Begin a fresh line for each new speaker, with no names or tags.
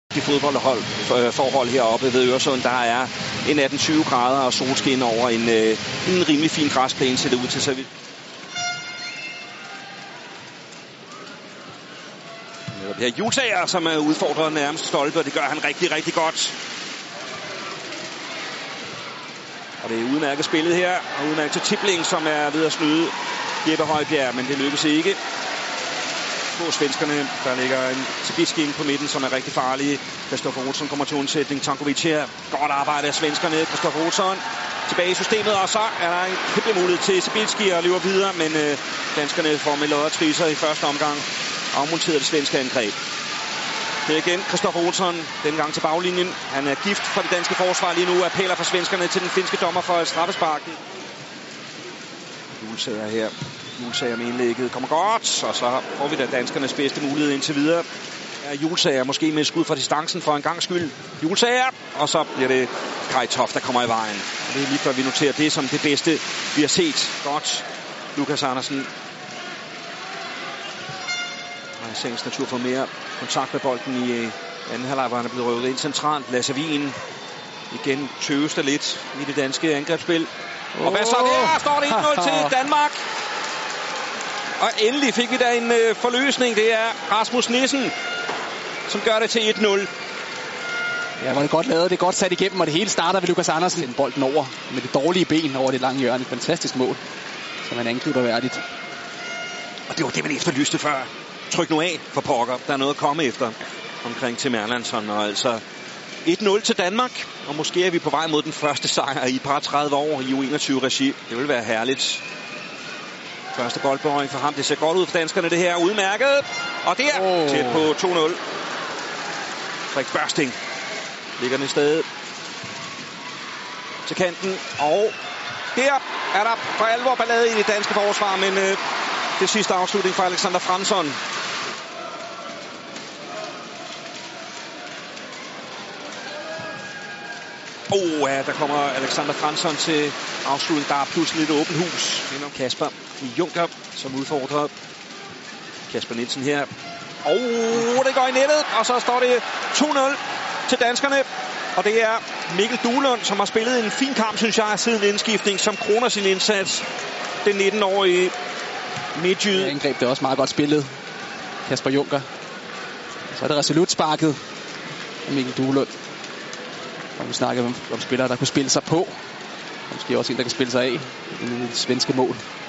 De fodboldforhold heroppe ved Øresund, der er en 18-20 grader og solskin over en rimelig fin græsplæne, ser det ud til så vidt. Det er Hjulsager, som er udfordret nærmest stolpe, og det gør han rigtig, rigtig godt. Og det er udmærket spillet her, og udmærket til Tibling, som er ved at snyde Jeppe Højbjerg, men det lykkes ikke. På svenskerne, der ligger en Sibitski inde på midten, som er rigtig farlig. Kristoffer Olsson kommer til undsætning. Tankovic her. Godt arbejde af svenskerne. Kristoffer Olsson tilbage i systemet, og så er der en kæmpe mulighed til Sibitski at løbe videre, men danskerne får med lodder triser i første omgang afmonteret det svenske angreb. Det er igen Kristoffer Olsson, denne gang til baglinjen. Han er gift for det danske forsvar lige nu. Appeller fra svenskerne til den finske dommer for et straffespark. Hjulsager her. Hjulsager med indlægget kommer godt, og så får vi da danskernes bedste mulighed indtil videre. Hjulsager måske med skud fra distancen for en gang skyld. Hjulsager, og så bliver det Kai Toft, der kommer i vejen. Og det er lige før vi noterer det som det bedste, vi har set. Godt, Lukas Andersen. Og i sagens natur får mere kontakt med bolden i anden halvleg, hvor han er blevet røvet ind centralt. Lasse Wien igen tøves der lidt i det danske angrebsspil. Og hvad så der? Står det 1-0 til Danmark. Og endelig fik vi da en forløsning. Det er Rasmus Nissen, som gør det til 1-0.
Ja, var det godt lavet. Det er godt sat igennem, og det hele starter ved Lukas Andersen. Den bolden over med det dårlige ben over det lange hjørne. Et fantastisk mål, som han angriber værdigt.
Og det var det, man efterlyste før. Tryk nu af for pokker. Der er noget at komme efter omkring Tim Erlandsson. Og altså 1-0 til Danmark. Og måske er vi på vej mod den første sejr i et par 30 år i U21-regi. Det vil være herligt. Første boldberøring for ham. Det ser godt ud for danskerne, det her. Udmærket. Og det er tæt på 2-0. Frik Børsting ligger den i stedet til kanten. Og der er der for alvor ballade i det danske forsvar, men det sidste afslutning fra Alexander Fransson. Ja, der kommer Alexander Fransson til afslutning. Der er pludselig et åbent hus. Kasper Junker, som udfordrer Kasper Nielsen her. Det går i nettet, og så står det 2-0 til danskerne. Og det er Mikkel Duelund, som har spillet en fin kamp, synes jeg, siden indskiftning, som kroner sin indsats. Den 19-årige midtjyde.
Ja, angreb, det er også meget godt spillet. Kasper Junker. Så er det resolut sparket af Mikkel Duelund. Og vi snakker om spillere, der kunne spille sig på. Måske også en, der kan spille sig af i det svenske mål.